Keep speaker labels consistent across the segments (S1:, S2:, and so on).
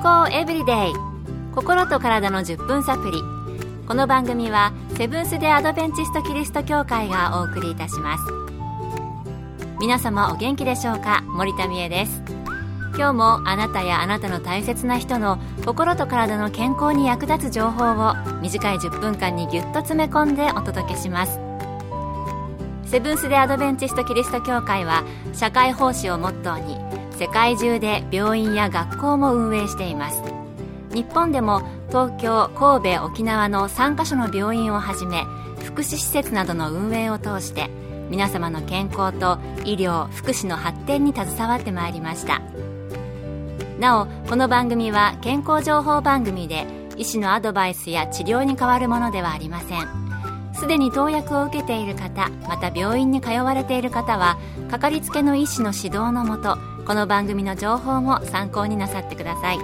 S1: 康エブリデイ、心と体の10分サプリ。この番組はセブンス・デ・アドベンチスト・キリスト教会がお送りいたします。皆様お元気でしょうか。森田美恵です。今日もあなたやあなたの大切な人の心と体の健康に役立つ情報を短い10分間にぎゅっと詰め込んでお届けします。セブンス・デ・アドベンチスト・キリスト教会は社会奉仕をモットーに世界中で病院や学校も運営しています。日本でも東京、神戸、沖縄の3カ所の病院をはじめ福祉施設などの運営を通して皆様の健康と医療・福祉の発展に携わってまいりました。なお、この番組は健康情報番組で医師のアドバイスや治療に代わるものではありません。すでに投薬を受けている方、また病院に通われている方はかかりつけの医師の指導のもと、この番組の情報も参考になさってください。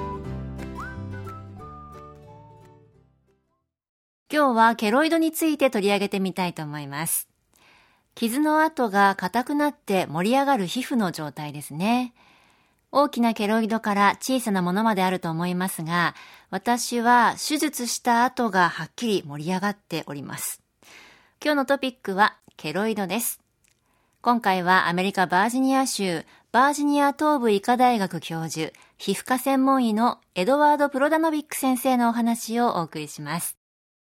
S1: 今日はケロイドについて取り上げてみたいと思います。傷の跡が硬くなって盛り上がる皮膚の状態ですね。大きなケロイドから小さなものまであると思いますが、私は手術した跡がはっきり盛り上がっております。今日のトピックはケロイドです。今回はアメリカバージニア州バージニア東部医科大学教授、皮膚科専門医のエドワード・プロダノビック先生のお話をお送りします。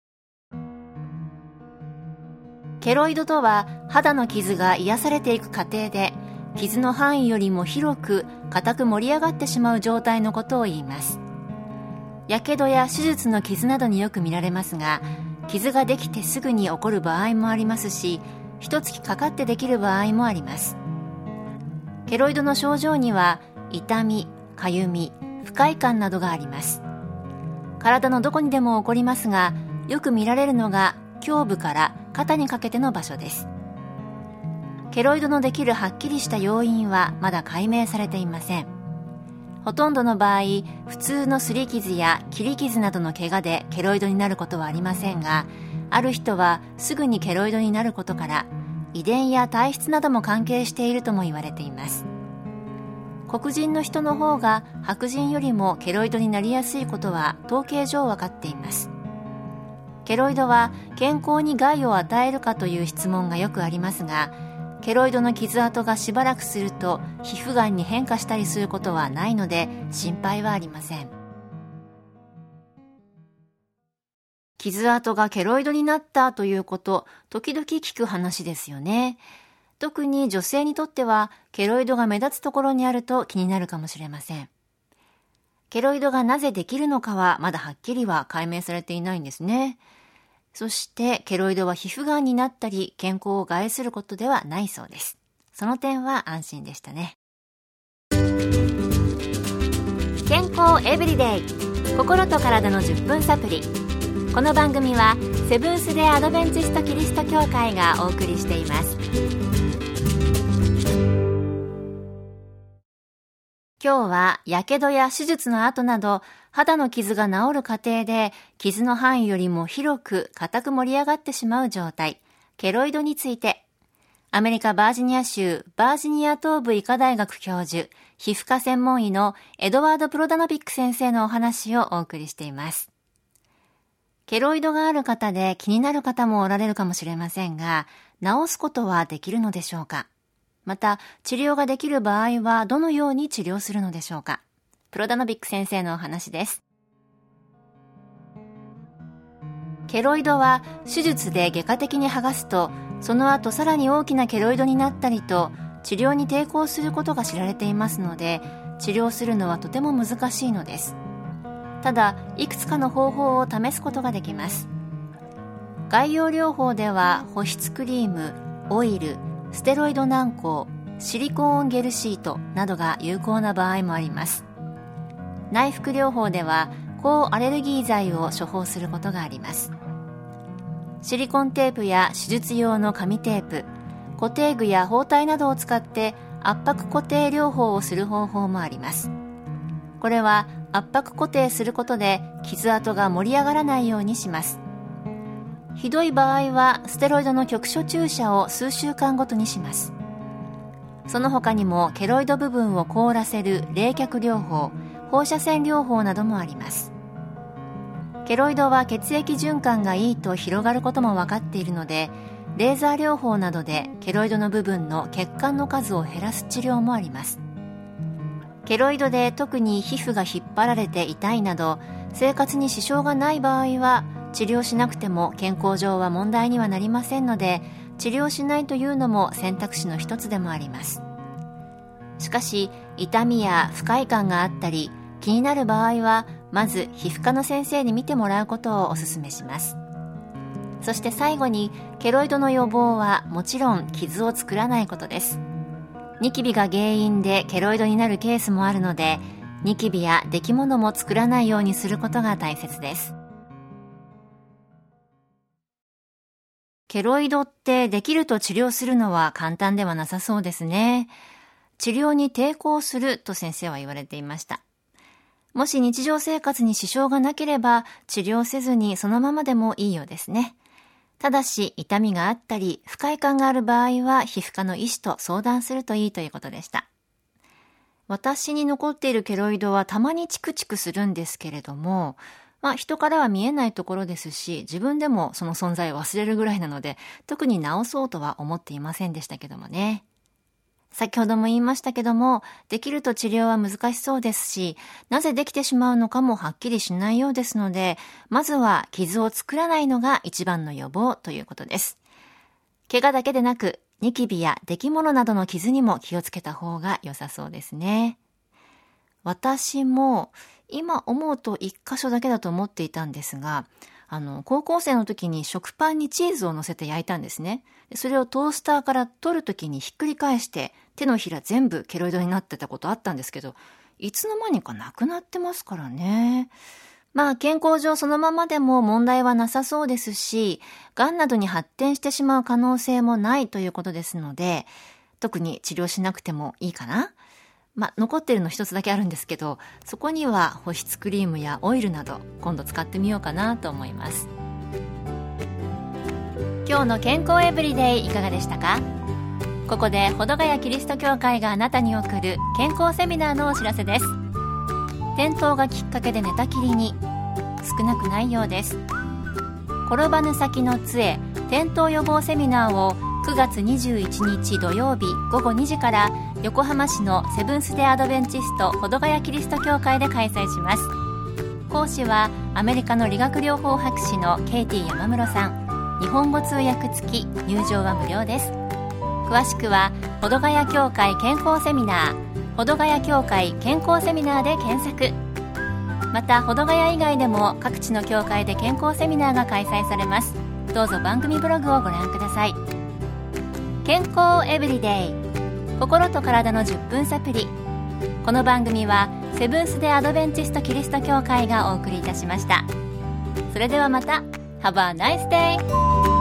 S1: ケロイドとは肌の傷が癒されていく過程で傷の範囲よりも広く硬く盛り上がってしまう状態のことを言います。やけどや手術の傷などによく見られますが、傷ができてすぐに起こる場合もありますし、一月かかってできる場合もあります。ケロイドの症状には痛み、かゆみ、不快感などがあります。体のどこにでも起こりますが、よく見られるのが胸部から肩にかけての場所です。ケロイドのできるはっきりした要因はまだ解明されていません。ほとんどの場合、普通の擦り傷や切り傷などの怪我でケロイドになることはありませんが、ある人はすぐにケロイドになることから遺伝や体質なども関係しているとも言われています。黒人の人の方が白人よりもケロイドになりやすいことは統計上分かっています。ケロイドは健康に害を与えるかという質問がよくありますが、ケロイドの傷跡がしばらくすると皮膚がんに変化したりすることはないので心配はありません。傷跡がケロイドになったということ、時々聞く話ですよね。特に女性にとってはケロイドが目立つところにあると気になるかもしれません。ケロイドがなぜできるのかはまだはっきりは解明されていないんですね。そしてケロイドは皮膚がんになったり健康を害することではないそうです。その点は安心でしたね。健康エブリデイ、心と体の10分サプリ。この番組はセブンス・デ・アドベンチスト・キリスト教会がお送りしています。今日はやけどや手術の後など肌の傷が治る過程で傷の範囲よりも広く硬く盛り上がってしまう状態、ケロイドについて、アメリカバージニア州バージニア東部医科大学教授、皮膚科専門医のエドワード・プロダノビック先生のお話をお送りしています。ケロイドがある方で気になる方もおられるかもしれませんが、治すことはできるのでしょうか。また、治療ができる場合はどのように治療するのでしょうか。プロダノビック先生のお話です。ケロイドは手術で外科的に剥がすと、その後さらに大きなケロイドになったりと、治療に抵抗することが知られていますので、治療するのはとても難しいのです。ただ、いくつかの方法を試すことができます。外用療法では保湿クリーム、オイル、ステロイド軟膏、シリコーンゲルシートなどが有効な場合もあります。内服療法では抗アレルギー剤を処方することがあります。シリコンテープや手術用の紙テープ、固定具や包帯などを使って圧迫固定療法をする方法もあります。これは圧迫固定することで傷跡が盛り上がらないようにします。ひどい場合はステロイドの局所注射を数週間ごとにします。その他にもケロイド部分を凍らせる冷却療法、 放射線療法などもあります。ケロイドは血液循環がいいと広がることも分かっているので、レーザー療法などでケロイドの部分の血管の数を減らす治療もあります。ケロイドで特に皮膚が引っ張られて痛いなど生活に支障がない場合は治療しなくても健康上は問題にはなりませんので、治療しないというのも選択肢の一つでもあります。しかし痛みや不快感があったり気になる場合はまず皮膚科の先生に見てもらうことをお勧めします。そして最後にケロイドの予防はもちろん傷を作らないことです。ニキビが原因でケロイドになるケースもあるので、ニキビや出来物も作らないようにすることが大切です。ケロイドってできると治療するのは簡単ではなさそうですね。治療に抵抗すると先生は言われていました。もし日常生活に支障がなければ治療せずにそのままでもいいようですね。ただし痛みがあったり不快感がある場合は皮膚科の医師と相談するといいということでした。私に残っているケロイドはたまにチクチクするんですけれども、人からは見えないところですし、自分でもその存在を忘れるぐらいなので、特に治そうとは思っていませんでしたけどもね。先ほども言いましたけども、できると治療は難しそうですし、なぜできてしまうのかもはっきりしないようですので、まずは傷を作らないのが一番の予防ということです。怪我だけでなく、ニキビや出来物などの傷にも気をつけた方が良さそうですね。私も今思うと一箇所だけだと思っていたんですが、高校生の時に食パンにチーズを乗せて焼いたんですね。それをトースターから取る時にひっくり返して手のひら全部ケロイドになってたことあったんですけど、いつの間にかなくなってますからね。健康上そのままでも問題はなさそうですし、がんなどに発展してしまう可能性もないということですので、特に治療しなくてもいいかな。残ってるの一つだけあるんですけど、そこには保湿クリームやオイルなど今度使ってみようかなと思います。今日の健康エブリデイいかがでしたか？ここで保土ヶ谷キリスト教会があなたに送る健康セミナーのお知らせです。転倒がきっかけで寝たきりに、少なくないようです。転ばぬ先の杖転倒予防セミナーを9月21日土曜日午後2時から横浜市のセブンス・デ・アドベンチスト保土ヶ谷キリスト教会で開催します。講師はアメリカの理学療法博士のケイティ山室さん。日本語通訳付き、入場は無料です。詳しくは保土ヶ谷教会健康セミナー、保土ヶ谷教会健康セミナーで検索。また保土ヶ谷以外でも各地の教会で健康セミナーが開催されます。どうぞ番組ブログをご覧ください。健康エブリデイ、心と体の10分サプリ。この番組はセブンス・デ・アドベンチスト・キリスト教会がお送りいたしました。それではまた。Have a nice day!